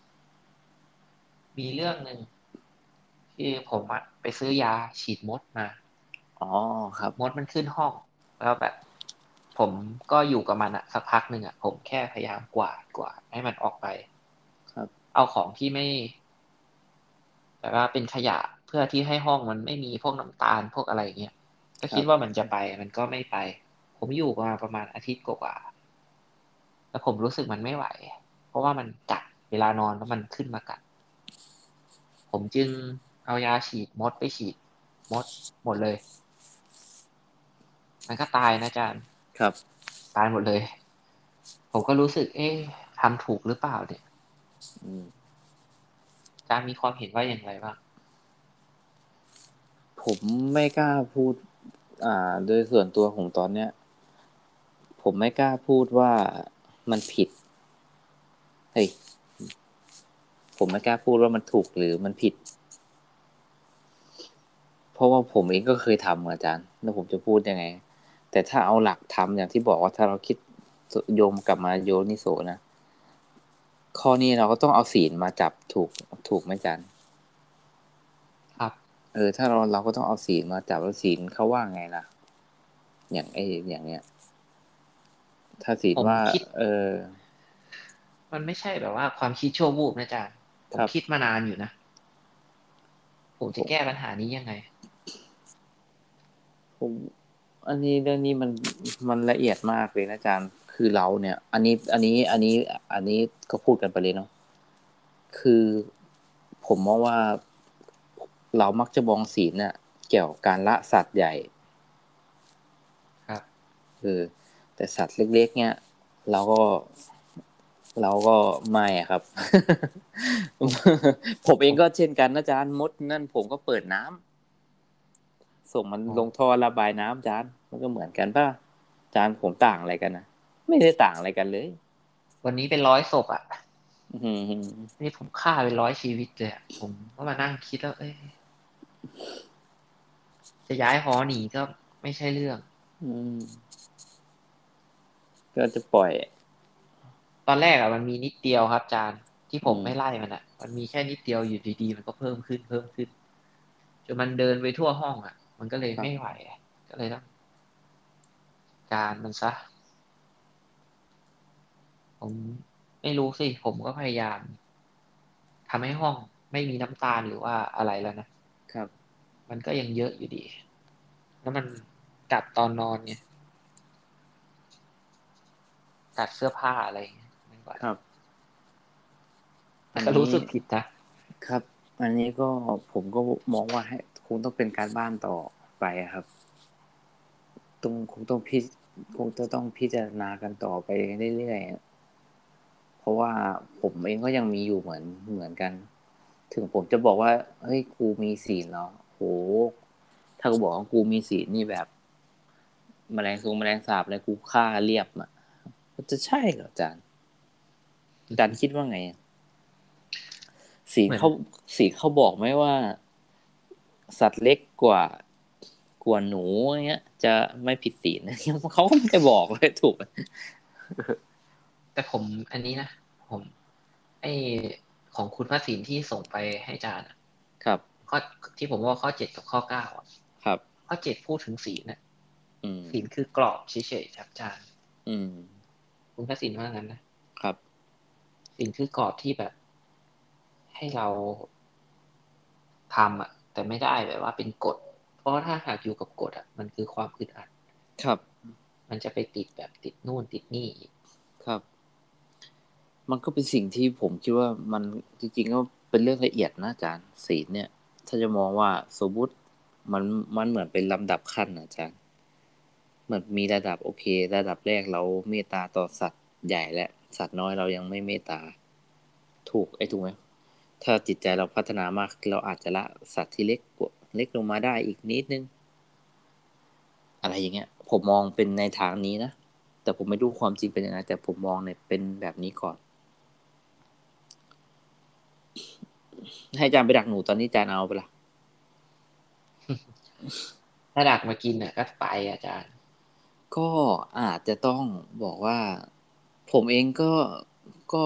มีเรื่องหนึ่งที่ผมอะไปซื้อยาฉีดมดมาอ๋อครับมดมันขึ้นห้องแล้วแบบผมก็อยู่กับมันอะสักพักหนึ่งอะผมแค่พยายามกวาดให้มันออกไปครับเอาของที่ไม่แบบว่าเป็นขยะเพื่อที่ให้ห้องมันไม่มีพวกน้ำตาลพวกอะไรเงี้ยก็คิดครับว่ามันจะไปมันก็ไม่ไปผมอยู่มาประมาณอาทิตย์กว่าๆแล้วผมรู้สึกมันไม่ไหวเพราะว่ามันกัดเวลานอนแล้วมันขึ้นมากัด ผมจึงเอายาฉีดมดไปฉีดมดหมดเลยมันก็ตายนะอาจารย์ครับตายหมดเลยผมก็รู้สึกทำถูกหรือเปล่าเนี่ยอืมอาจารย์มีความเห็นว่าอย่างไรบ้างผมไม่กล้าพูดโดยส่วนตัวของตอนเนี้ยผมไม่กล้าพูดว่ามันผิดเฮ้ยผมไม่กล้าพูดว่ามันถูกหรือมันผิดเพราะว่าผมเองก็เคยทำอาจารย์แล้วผมจะพูดยังไงแต่ถ้าเอาหลักทำอย่างที่บอกว่าถ้าเราคิดโยมกลับมาโยนิโสนะข้อนี้เราก็ต้องเอาศีลมาจับถูกไหมอาจารย์ครับถ้าเราก็ต้องเอาศีลมาจับแล้วศีลเขาว่าไงล่ะอย่างอย่างเนี้ยถ้าศีผมลว่าคิดเออมันไม่ใช่แบบว่าความคิดชั่ววูบนะอาจารย์ผครับมคิดมานานอยู่นะผมผมจะแก้ปัญหานี้ยังไงผมอันนี้เรื่องนี้มันละเอียดมากเลยนะอาจารย์คือเราเนี่ยอันนี้ก็พูดกันไปเลยเนาะคือผมมองว่าเรามักจะมองศีลเนี่ยเกี่ยวกับการละสัตว์ใหญ่ครับเออแต่สัตว์เล็กๆเนี่ยเราก็เราก็ไม่อะครับผมผมเอผมงก็เช่นกันนะอาจารย์มดนั่นผมก็เปิดน้ำส่งมันโอ้ลงท่อระบายน้ำอาจารย์มันก็เหมือนกันป่ะอาจารย์ผมต่างอะไรกันนะไม่ได้ต่างอะไรกันเลยวันนี้เป็น100 ศพอ่ะอือหือนี่ผมฆ่าเป็น100 ชีวิตเลยอะผมก็มานั่งคิดแล้วจะย้ายหอหนีก็ไม่ใช่เรื่องอืมก็จะปล่อยตอนแรกอ่ะมันมีนิดเดียวครับอาจารย์ที่ผอืมมไม่ไล่มันอ่ะมันมีแค่นิดเดียวอยู่ดีๆมันก็เพิ่มขึ้นจนมันเดินไปทั่วห้องอ่ะมันก็เลยครับไม่ไหวก็เลยต้องการมันซะผมไม่รู้สิผมก็พยายามทำให้ห้องไม่มีน้ำตาลหรือว่าอะไรแล้วนะครับมันก็ยังเยอะอยู่ดีแล้วมันกัดตอนนอนไงกัดเสื้อผ้าอะไรอย่างเงี้ยไม่ไหวครับแต่ก็รู้อันนี้สึกผิดนะครับอันนี้ก็ผมก็มองว่าให้คงต้องเป็นการบ้านต่อไปอะครับคงต้องพิจารณากันต่อไปเรื่อยๆ เพราะว่าผมเองก็ยังมีอยู่เหมือนกันถึงผมจะบอกว่าเฮ้ยกูมีศีลเหรอโหถ้ากูบอกว่ากูมีศีลนี่แบบแมลงสาบอะไรกูฆ่าเรียบอ่ะมันจะใช่เหรออาจารย์คิดว่าไงสีเหมือนเขาสีเขาบอกไหมว่าสัตว์เล็กกว่าหนูอย่างเงี้ยจะไม่ผิดศีล เขาก็ไม่ได้บอกเลยถูกไหมแต่ผมอันนี้นะผมไอของคุณพระศิลป์ที่ส่งไปให้อาจารย์อะครับข้อที่ผมว่าข้อ 7กับข้อ 9อ่ะครับข้อ 7พูดถึงศีลน่ะอืมศีลคือกรอบเฉยๆครับอาจารย์อืมคุณพระศิลป์ว่างั้นนะครับศีลคือกรอบที่แบบให้เราทำอ่ะแต่ไม่ได้แบบว่าเป็นกฎเพราะว่าถ้าหากอยู่กับกฎอ่ะมันคือความอึดอัดครับมันจะไปติดแบบติดนู่นติดนี่อีกครับมันก็เป็นสิ่งที่ผมคิดว่ามันจริงๆก็เป็นเรื่องละเอียดนะอาจารย์ศีลเนี่ยถ้าจะมองว่าสมมุติมันเหมือนเป็นลำดับขั้นนะอาจารย์ เหมือนมีระดับโอเคระดับแรกเราเมตตาต่อสัตว์ใหญ่และสัตว์น้อยเรายังไม่เมตตาถูกไหมถ้าจิตใจเราพัฒนามากเราอาจจะละสัตว์ที่เล็กกว่าเล็กลงมาได้อีกนิดนึงอะไรอย่างเงี้ยผมมองเป็นในทางนี้นะแต่ผมไม่รู้ความจริงเป็นยังไงแต่ผมมองเนี่ยเป็นแบบนี้ก่อนให้อาจารย์ไปดักหนูตอนนี้อาจารย์เอาไปละถ้าดักมากินอ่ะก็ไปอาจารย์ก็อาจจะต้องบอกว่าผมเองก็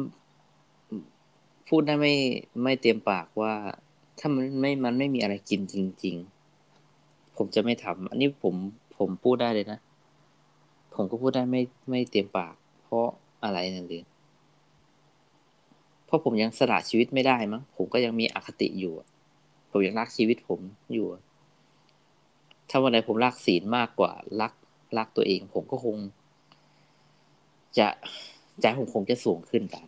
พูดได้ไม่เต็มปากว่าถ้ามันไม่มีอะไรกินจริงๆผมจะไม่ทำอันนี้ผมพูดได้เลยนะผมก็พูดได้ไม่เต็มปากเพราะอะไรนั่นเลยเพราะผมยังสละชีวิตไม่ได้มั้งผมก็ยังมีอคติอยู่ผมยังรักชีวิตผมอยู่ถ้าวันไหนผมรักศีลมากกว่ารักตัวเองผมก็คงจะใจผมคงจะสูงขึ้นกัน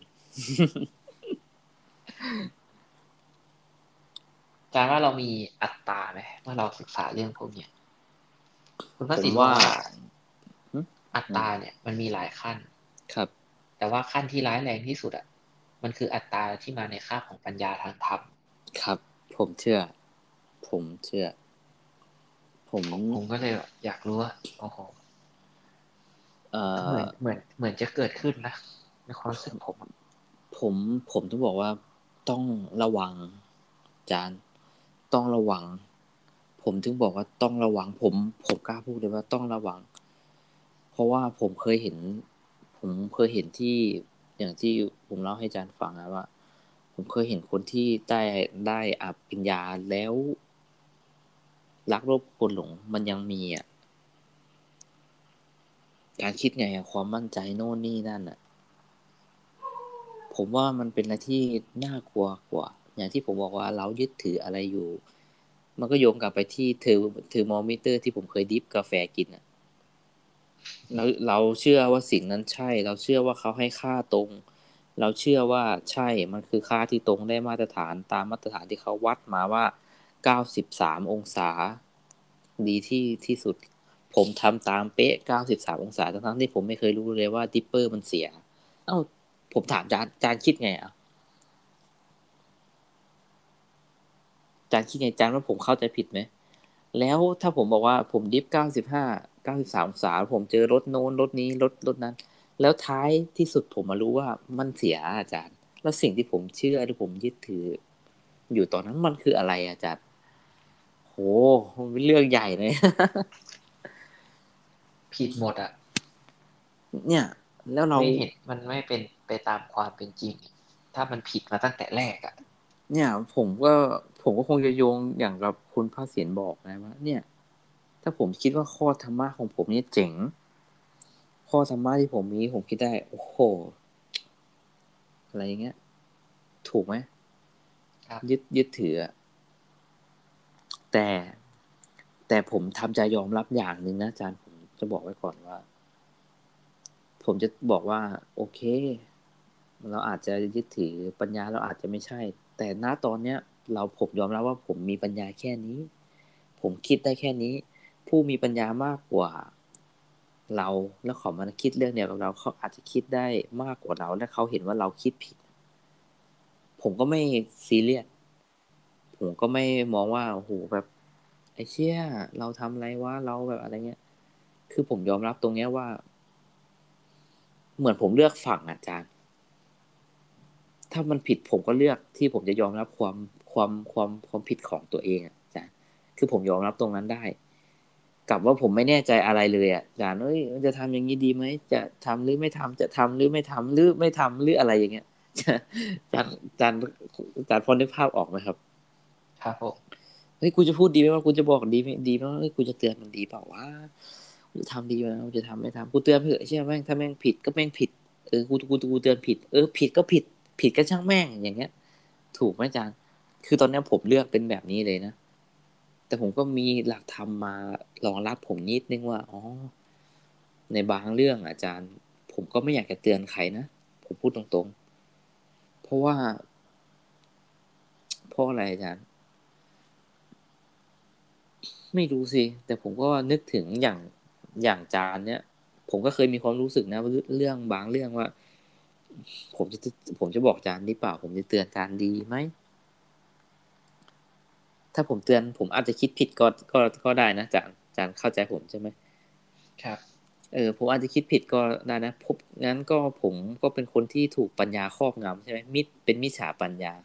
อาจารย์ว่าเรามีอัตราไหมเมื่อเราศึกษาเรื่องพวกเนี้ยคุณพผมว่าระศิลป์บอกว่าหึอัตราเนี่ยมันมีหลายขั้นครับแต่ว่าขั้นที่ร้ายแรงที่สุดอ่ะมันคืออัตราที่มาในค่าบของปัญญาทางธรรมครับผมเชื่อผมเชื่อผมผมก็เลยแบบอยากรู้ว่าโอ้โหเอ่ก็เหมือนอเหมือนจะเกิดขึ้นนะในความรู้สึกผมอะผมผมต้องบอกว่าต้องระวังจานต้องระวังผมถึงบอกว่าต้องระวังผมกล้าพูดเลยว่าต้องระวังเพราะว่าผมเคยเห็นที่อย่างที่ผมเล่าให้อาจารย์ฟังนะว่าผมเคยเห็นคนที่ได้อับปริญญาแล้วรักโลภโกรธหลงมันยังมีอ่ะการคิดไงอะความมั่นใจโน่นนี่นั่นอ่ะ ผมว่ามันเป็นอะไรที่น่ากลัวกว่าอย่างที่ผมบอกว่าเรายึดถืออะไรอยู่มันก็โยงกลับไปที่เทอร์โมมิเตอร์ที่ผมเคยดริฟกาแฟกินอ่ะเราเชื่อว่าสิ่งนั้นใช่เราเชื่อว่าเขาให้ค่าตรงเราเชื่อว่าใช่มันคือค่าที่ตรงได้มาตรฐานตามมาตรฐานที่เขาวัดมาว่า93องศาดีที่สุดผมทำตามเป๊ะ93องศาทั้งๆที่ผมไม่เคยรู้เลยว่าดิปเปอร์มันเสียเอ้าผมถามจานคิดไงอ่ะ จานคิดไงจานว่าผมเข้าใจผิดไหมแล้วถ้าผมบอกว่าผมดิฟ93องศาผมเจอรถโน้นรถนี้รถนั้นแล้วท้ายที่สุดผมมารู้ว่ามันเสียอาจารย์แล้วสิ่งที่ผมเชื่อที่ผมยึดถืออยู่ตอนนั้นมันคืออะไรอาจารย์โหมันเป็นเรื่องใหญ่เลยผิดหมดอ่ะเนี่ยแล้วเราไม่เห็นมันไม่เป็นไปตามความเป็นจริงถ้ามันผิดมาตั้งแต่แรกอ่ะเนี่ยผมก็คงจะโยงอย่างกับคุณพระเศียรบอกนะว่าเนี่ยถ้าผมคิดว่าข้อธรรมะของผมนี่เจ๋งข้อธรรมะที่ผมมีผมคิดได้โอ้โห อะไรอย่างเงี้ยถูกไหมครับยึดถือแต่แต่ผมทำใจยอมรับอย่างหนึ่งนะอาจารย์ผมจะบอกไว้ก่อนว่าผมจะบอกว่าโอเคเราอาจจะยึดถือปัญญาเราอาจจะไม่ใช่แต่ณตอนเนี้ยผมยอมรับว่าผมมีปัญญาแค่นี้ผมคิดได้แค่นี้ผู้มีปัญญามากกว่าเราแล้วเขามาคิดเรื่องเดียวกับเราเขาอาจจะคิดได้มากกว่าเราและเขาเห็นว่าเราคิดผิดผมก็ไม่ซีเรียส ผมก็ไม่มองว่าโอ้โหแบบไอ้เชี่ยเราทำอะไรวะเราแบบอะไรเงี้ยคือผมยอมรับตรงเนี้ยว่าเหมือนผมเลือกฝั่งอาจารย์ถ้ามันผิดผมก็เลือกที่ผมจะยอมรับความผิดของตัวเองอะอาจารย์คือผมยอมรับตรงนั้นได้กับว่าผมไม่แน่ใจอะไรเลยอ่ะอาจารย์เอ้ยจะทำอย่างนี้ดีไหมจะทำหรือไม่ทำจะทำหรือไม่ทำหรือไม่ทำหรืออะไรอย่างเงี้ยอาจารย์พอนึกภาพออกไหมครับครับผมเฮ้ยกูจะพูดดีไหมว่ากูจะบอกดีไหมดีไหมว่าเฮ้ยกูจะเตือนมันดีเปล่าวะกูจะทำดีไหมกูจะทำไม่ทำกูเตือนเถอะใช่ไหมแม่งถ้าแม่งผิดก็แม่งผิดกูเตือนผิดผิดก็ผิดผิดก็ช่างแม่งอย่างเงี้ยถูกไหมอาจารย์คือตอนเนี้ยผมเลือกเป็นแบบนี้เลยนะแต่ผมก็มีหลักธรรมมารองรับผมนิดนึงว่าอ๋อในบางเรื่องอาจารย์ผมก็ไม่อยากจะเตือนใครนะผมพูดตรงๆเพราะว่าเพราะอะไรอาจารย์ ไม่รู้สิแต่ผมก็นึกถึงอย่างจานเนี้ยผมก็เคยมีความรู้สึกนะว่าเรื่องบางเรื่องว่าผมจะผมจะบอกจานดีเปล่าผมจะเตือนจานดีไหมถ้าผมเตือนผมอาจจะคิดผิดก็ได้นะจานเข้าใจผมใช่ไหมครับผมอาจจะคิดผิดก็ได้นะผมงั้นก็ผมก็เป็นคนที่ถูกปัญญาครอบงำใช่ไหมเป็นมิจฉาปัญญา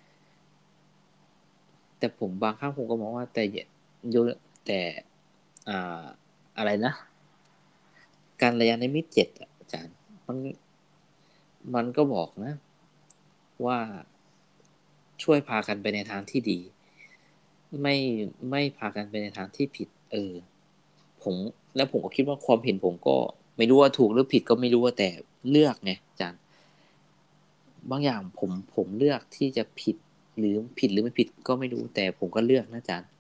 แต่ผมบางครั้งผมก็มองว่าแต่โยแต่อ่าอะไรนะ การระยะในมิตรเจ็ดอะอาจารย์มันมันก็บอกนะว่าช่วยพากันไปในทางที่ดีไม่ไม่พากันไปในทางที่ผิดผมแล้วผมก็คิดว่าความเห็นผมก็ไม่รู้ว่าถูกหรือผิดก็ไม่รู้ว่าแต่เลือกไงอาจารย์บางอย่างผมเลือกที่จะผิดหรือผิดหรือไม่ผิดก็ไม่รู้แต่ผมก็เลือกนะอาจารย์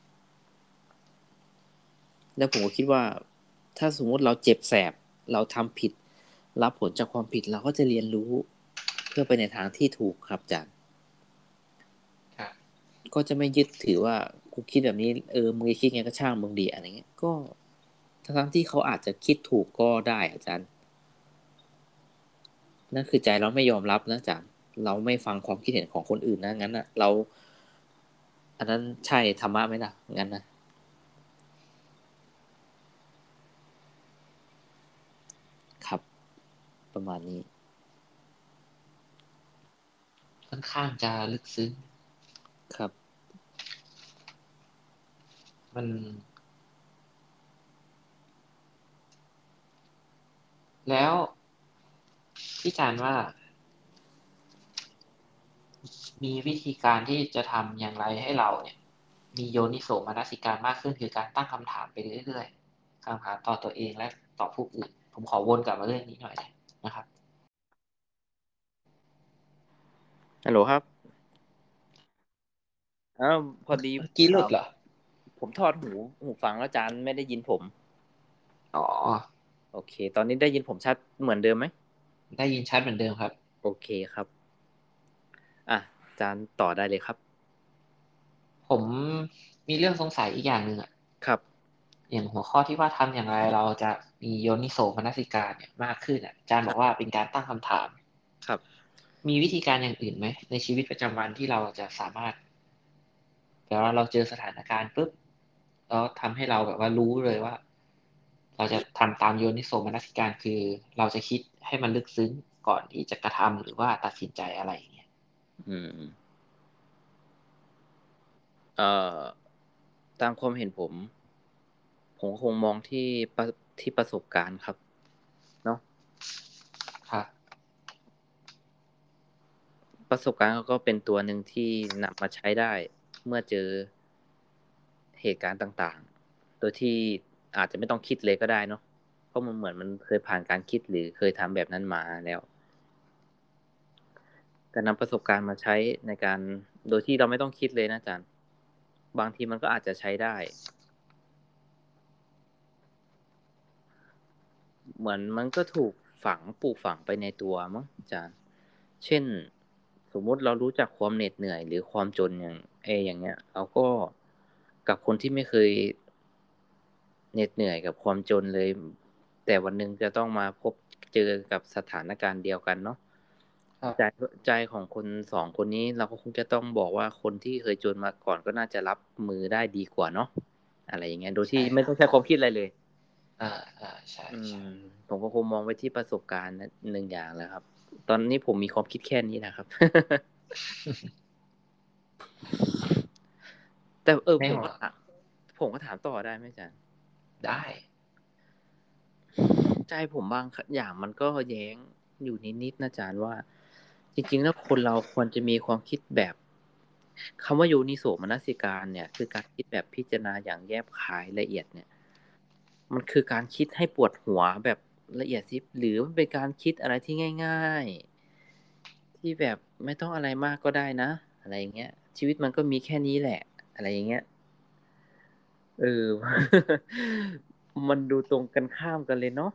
แล้วผมก็คิดว่าถ้าสมมติเราเจ็บแสบเราทำผิดรับผลจากความผิดเราก็จะเรียนรู้เพื่อไปในทางที่ถูกครับอาจารย์ครับก็จะไม่ยึดถือว่ากูคิดแบบนี้มึงจะคิดไงก็ช่างมึงดีอะไรเงี้ยก็ทั้งที่เขาอาจจะคิดถูกก็ได้อาจารย์นั่นคือใจเราไม่ยอมรับนะอาจารย์เราไม่ฟังความคิดเห็นของคนอื่นนะงั้นอ่ะเราอันนั้นใช่ธรรมะไหมล่ะงั้นนะครับประมาณนี้ค่อนข้างจะลึกซึ้งครับมันแล้วพี่จานว่ามีวิธีการที่จะทำอย่างไรให้เราเนี่ยมีโยนิโสมนสิการมากขึ้นคือการตั้งคำถามไปเรื่อยๆคำถามต่อตัวเองและต่อผู้อื่นผมขอวนกลับมาเรื่องนี้หน่อยนะครับฮัลโหลครับอ้าวพอดีเมื่อกี้หลุดเหรอผมถอดหูฟังแล้วอาจารย์ไม่ได้ยินผมอ๋อโอเคตอนนี้ได้ยินผมชัดเหมือนเดิมไหมได้ยินชัดเหมือนเดิมครับโอเคครับอ่ะอาจารย์ต่อได้เลยครับผมมีเรื่องสงสัยอีกอย่างหนึ่งอะครับอย่างหัวข้อที่ว่าทำอย่างไรเราจะมีโยนิโสมนสิการเนี่ยมากขึ้นอ่ะอาจารย์บอกว่าเป็นการตั้งคำถามครับมีวิธีการอย่างอื่นไหมในชีวิตประจำวันที่เราจะสามารถแบบว่าเราเจอสถานการณ์ปุ๊บแล้วทำให้เราแบบว่ารู้เลยว่าเราจะทำตามโยนิโสมนสิการคือเราจะคิดให้มันลึกซึ้งก่อนที่จะกระทำหรือว่าตัดสินใจอะไรอย่างเงี้ยอืมเอ่อตามความเห็นผมคงมองที่ประสบการณ์ครับเนาะครับประสบการณ์ก็เป็นตัวหนึ่งที่นำมาใช้ได้เมื่อเจอเหตุการณ์ต่างๆโดยที่อาจจะไม่ต้องคิดเลยก็ได้เนาะเพราะมันเหมือนมันเคยผ่านการคิดหรือเคยทำแบบนั้นมาแล้วการนำประสบการณ์มาใช้ในการโดยที่เราไม่ต้องคิดเลยนะอาจารย์บางทีมันก็อาจจะใช้ได้ เหมือนมันก็ถูกปลูกฝังไปในตัวมั้งอาจารย์เช่นสมมุติเรารู้จักความเหน็ดเหนื่อยหรือความจนอย่างเงี้ยเราก็กับคนที่ไม่เคยเหน็ดเหนื่อยกับความจนเลยแต่วันหนึ่งจะต้องมาพบเจอกับสถานการณ์เดียวกันเนาะใจครับใจของคนสองคนนี้เราก็คงจะต้องบอกว่าคนที่เคยจนมาก่อนก็น่าจะรับมือได้ดีกว่าเนาะอะไรอย่างเงี้ยโดยที่ใช่ครับไม่ต้องใช้ความคิดอะไรเลยใช่อืใช่มผมก็คงมองไว้ที่ประสบการณ์หนึ่งอย่างแหล้วครับตอนนี้ผมมีความคิดแค่นี้นะครับแต่ไม่หรอกผมก็ถามต่อได้ไหมอาจารย์ได้ใจผมบางอย่างมันก็แย้งอยู่นิดๆนะอาจารย์ว่าจริงๆแล้วคนเราควรจะมีความคิดแบบคำว่าโยนิโสมนสิการเนี่ยคือการคิดแบบพิจารณาอย่างแยบคายละเอียดเนี่ยมันคือการคิดให้ปวดหัวแบบละเอียดยิบหรือมันเป็นการคิดอะไรที่ง่ายๆที่แบบไม่ต้องอะไรมากก็ได้นะอะไรอย่างเงี้ยชีวิตมันก็มีแค่นี้แหละอะไรอย่างเงี้ยเออมันดูตรงกันข้ามกันเลยเนาะ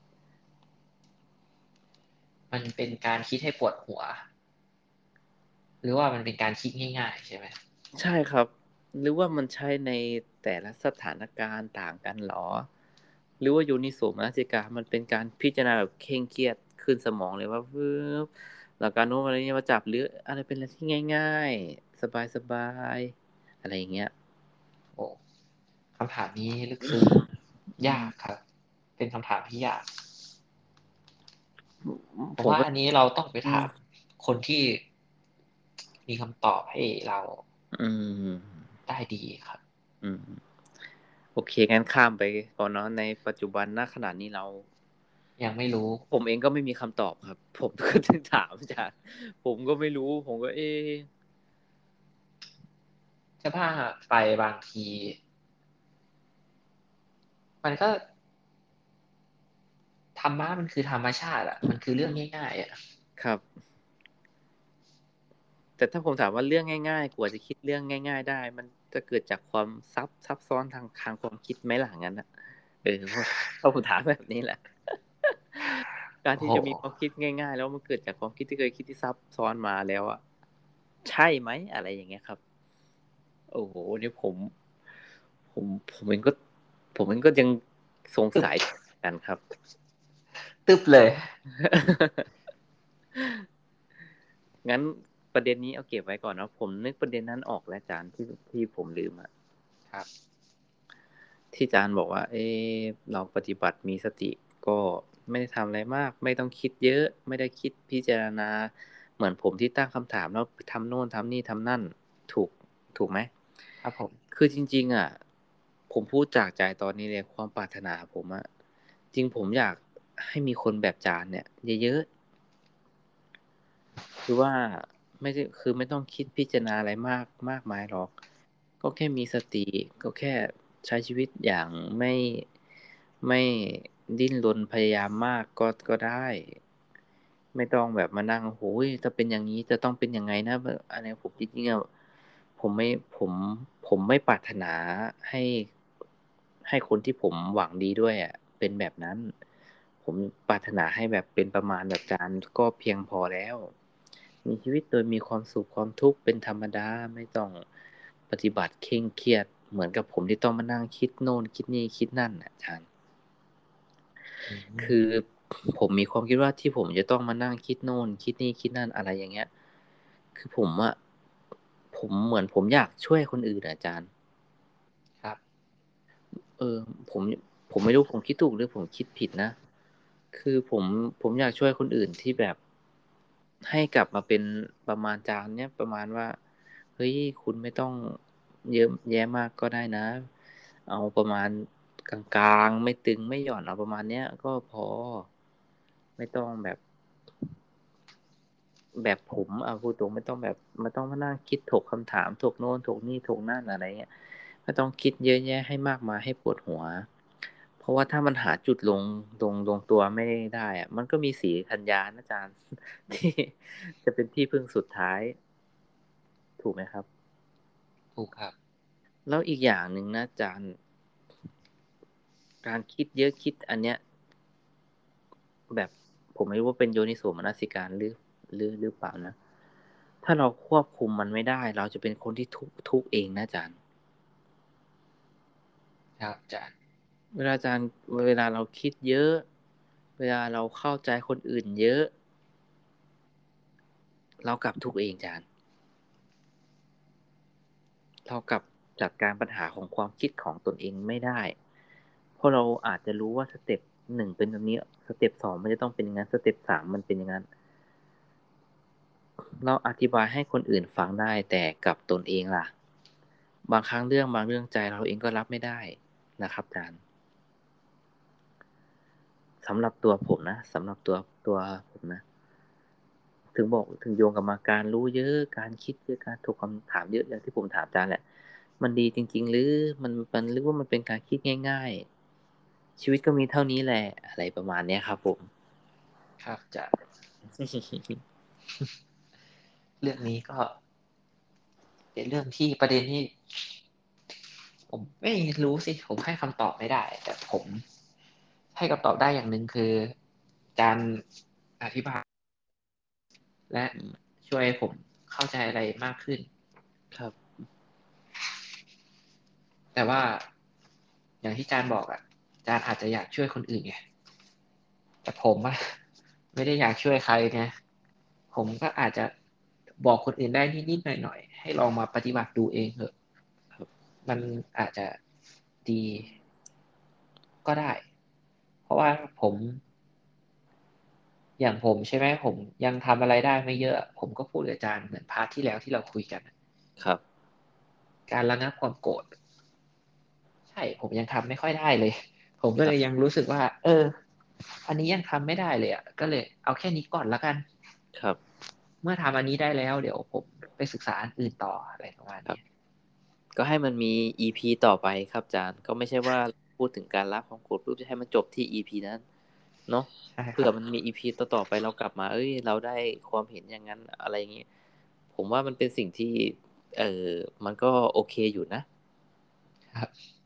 มันเป็นการคิดให้ปวดหัวหรือว่ามันเป็นการคิดง่ายๆใช่ไหมใช่ครับหรือว่ามันใช้ในแต่ละสถานการณ์ต่างกันเหรอหรือว่าโยนิโสมนสิการมันเป็นการพิจารณาแบบเคร่งเครียดขึ้นสมองเลยว่าบหลักการโน้มอะไรเนี่ยมาจับหรืออะไรเป็นอะไรที่ง่ายๆสบายๆอะไรอย่างเงี้ยโอ้คำถามนี้ลึกซึ้งอืมยากครับเป็นคำถามที่ยากผมผมก็ว่าอันนี้เราต้องไปอืมถามคนที่มีคำตอบให้เราอืมได้ดีครับอืมโอเคงั้นข้ามไปก่อนเนาะในปัจจุบันณขณะนี้เรายังไม่รู้ผมเองก็ไม่มีคำตอบครับผมก็ถึงถามอาจารย์ผมก็ไม่รู้ผมก็เสื้อผ้าไปบางทีมันก็ธรรมะมันคือธรรมชาติอ่ะมันคือเรื่องง่ายๆอ่ะครับแต่ถ้าผมถามว่าเรื่องง่ายๆกว่าจะคิดเรื่องง่ายๆได้มันจะเกิดจากความซับซ้อนทางความคิดไหมล่ะงั้นอ่ะเพราะผมถามแบบนี้แหละการโอ้โหที่จะมีความคิดง่ายๆแล้วมันเกิดจากความคิดที่เคยคิดที่ซับซ้อนมาแล้วอ่ะใช่ไหมอะไรอย่างเงี้ยครับโอ้โหนี่ผมผมเองก็ผมเองก็ยังสงตึบสัยกันครับตึบเลยงั้นประเด็นนี้เอาเก็บไว้ก่อนเนาะผมนึกประเด็นนั้นออกแล้วอาจารย์ที่ผมลืมอะครับที่อาจารย์บอกว่าเราปฏิบัติมีสติก็ไม่ได้ทำอะไรมากไม่ต้องคิดเยอะไม่ได้คิดพิจารณาเหมือนผมที่ตั้งคำถามแล้วทำโน่นทำนี่ทำนั่นถูกถูกไหมครับผมคือจริงๆอะผมพูดจากใจตอนนี้เลยความปรารถนาผมอะจริงผมอยากให้มีคนแบบอาจารย์เนี่ยเยอะๆ คือว่าไม่ได้คือไม่ต้องคิดพิจารณาอะไรมากมายหรอกก็แค่มีสติก็แค่ใช้ชีวิตอย่างไม่ดิ้นรนพยายามมากก็ได้ไม่ต้องแบบมานั่งโอ้โฮถ้าเป็นอย่างงี้จะต้องเป็นยังไงนะแบบอะไรผมจริงๆอะผมไม่ผมผมไม่ปรารถนาให้ให้คนที่ผมหวังดีด้วยอะเป็นแบบนั้นผมปรารถนาให้แบบเป็นประมาณแบบอาจารย์ก็เพียงพอแล้ว มีชีวิตโดยมีความสุขความทุกข์เป็นธรรมดาไม่ต้องปฏิบัติเคร่งเครียดเหมือนกับผมที่ต้องมานั่งคิดโน่นคิดนี่คิดนั่นน่ะอาจารย์อืคือมผมมีความคิดว่าที่ผมจะต้องมานั่งคิดโน่นคิดนี่คิดนั่นอะไรอย่างเงี้ยคือผมอะผมเหมือนผมอยากช่วยคนอื่นอะอาจารย์ครับเออผมผมไม่รู้ผมคิดถูกหรือผมคิดผิดนะคือผมอยากช่วยคนอื่นที่แบบ ให้กลับมาเป็นประมาณจานเนี้ยประมาณว่าเฮ้ยคุณไม่ต้องเยอะแยะมากก็ได้นะเอาประมาณกลางๆไม่ตึงไม่หย่อนเอาประมาณเนี้ยก็พอไม่ต้องแบบผมพูดตรงไม่ต้องแบบไม่ต้องมานั่งคิดถกคำถามถกโน่นถกนี่ถกนั่นอะไรเงี้ยไม่ต้องคิดเยอะแยะให้มากมายให้ปวดหัวเพราะว่าถ้ามันหาจุดลงตัวไม่ได้อะมันก็มีสีธัญญานะอาจารย์ที่จะเป็นที่พึ่งสุดท้ายถูกไหมครับถูกครับแล้วอีกอย่างหนึ่งนะอาจารย์การคิดเยอะคิดอันเนี้ยแบบผมไม่รู้ว่าเป็นโยนิโสมนสิการหรือเปล่านะถ้าเราควบคุมมันไม่ได้เราจะเป็นคนที่ทุกข์เองนะอาจารย์ครับอาจารย์เวลาเราคิดเยอะเวลาเราเข้าใจคนอื่นเยอะเรากลับทุกข์เองอาจารย์เรากลับจัดการปัญหาของความคิดของตนเองไม่ได้เพราะเราอาจจะรู้ว่าสเต็ป1เป็นแบบนี้สเต็ป2มันจะต้องเป็นอย่างนั้นสเต็ป3มันเป็นอย่างนั้นเราอธิบายให้คนอื่นฟังได้แต่กับตนเองล่ะบางครั้งบางเรื่องใจเราเองก็รับไม่ได้นะครับอาจารย์สำหรับตัวผมนะสำหรับตัวผมนะถึงโยงกับมาการรู้เยอะการคิดเยอะการถกคำถามเยอะอย่างที่ผมถามอาจารย์แหละมันดีจริงๆหรือมันหรือว่ามันเป็นการคิดง่ายๆชีวิตก็มีเท่านี้แหละอะไรประมาณเนี้ยครับผมครับอาจารย์เรื่องนี้ก็เป็นเรื่องที่ประเด็นที่ผมไม่รู้สิผมให้คำตอบไม่ได้แต่ผมให้คำตอบได้อย่างหนึ่งคือการอธิบายและอืมช่วยให้ผมเข้าใจอะไรมากขึ้นครับแต่ว่าอย่างที่อาจารย์บอกอ่ะอาจารย์อาจจะอยากช่วยคนอื่นไงแต่ผมอะไม่ได้อยากช่วยใครไงผมก็อาจจะบอกคนอื่นได้นิดๆหน่อยๆให้ลองมาปฏิบัติดูเองเถอะครับมันอาจจะดีก็ได้เพราะว่าผมอย่างผมใช่ไหมผมยังทำอะไรได้ไม่เยอะผมก็พูดกับอาจารย์เหมือนพาร์ทที่แล้วที่เราคุยกันครับการระงับความโกรธใช่ผมยังทำไม่ค่อยได้เลยผมก็ครับเลยยังรู้สึกว่าอันนี้ยังทำไม่ได้เลยอ่ะก็เลยเอาแค่นี้ก่อนละกันครับเมื่อทำอันนี้ได้แล้วเดี๋ยวผมไปศึกษาอันอื่นต่ออะไรประมาณนี้ครับก็ให้มันมี EP ต่อไปครับอาจารย์ก็ไม่ใช่ว่าพูดถึงการละความโกรธปุ๊บจะให้มันจบที่ EP นั้นเนาะใช่ครับเผื่อมันมี EP ต่อๆไปเรากลับมาเราได้ความเห็นอย่างนั้นอะไรอย่างงี้ผมว่ามันเป็นสิ่งที่เออมันก็โอเคอยู่นะครับ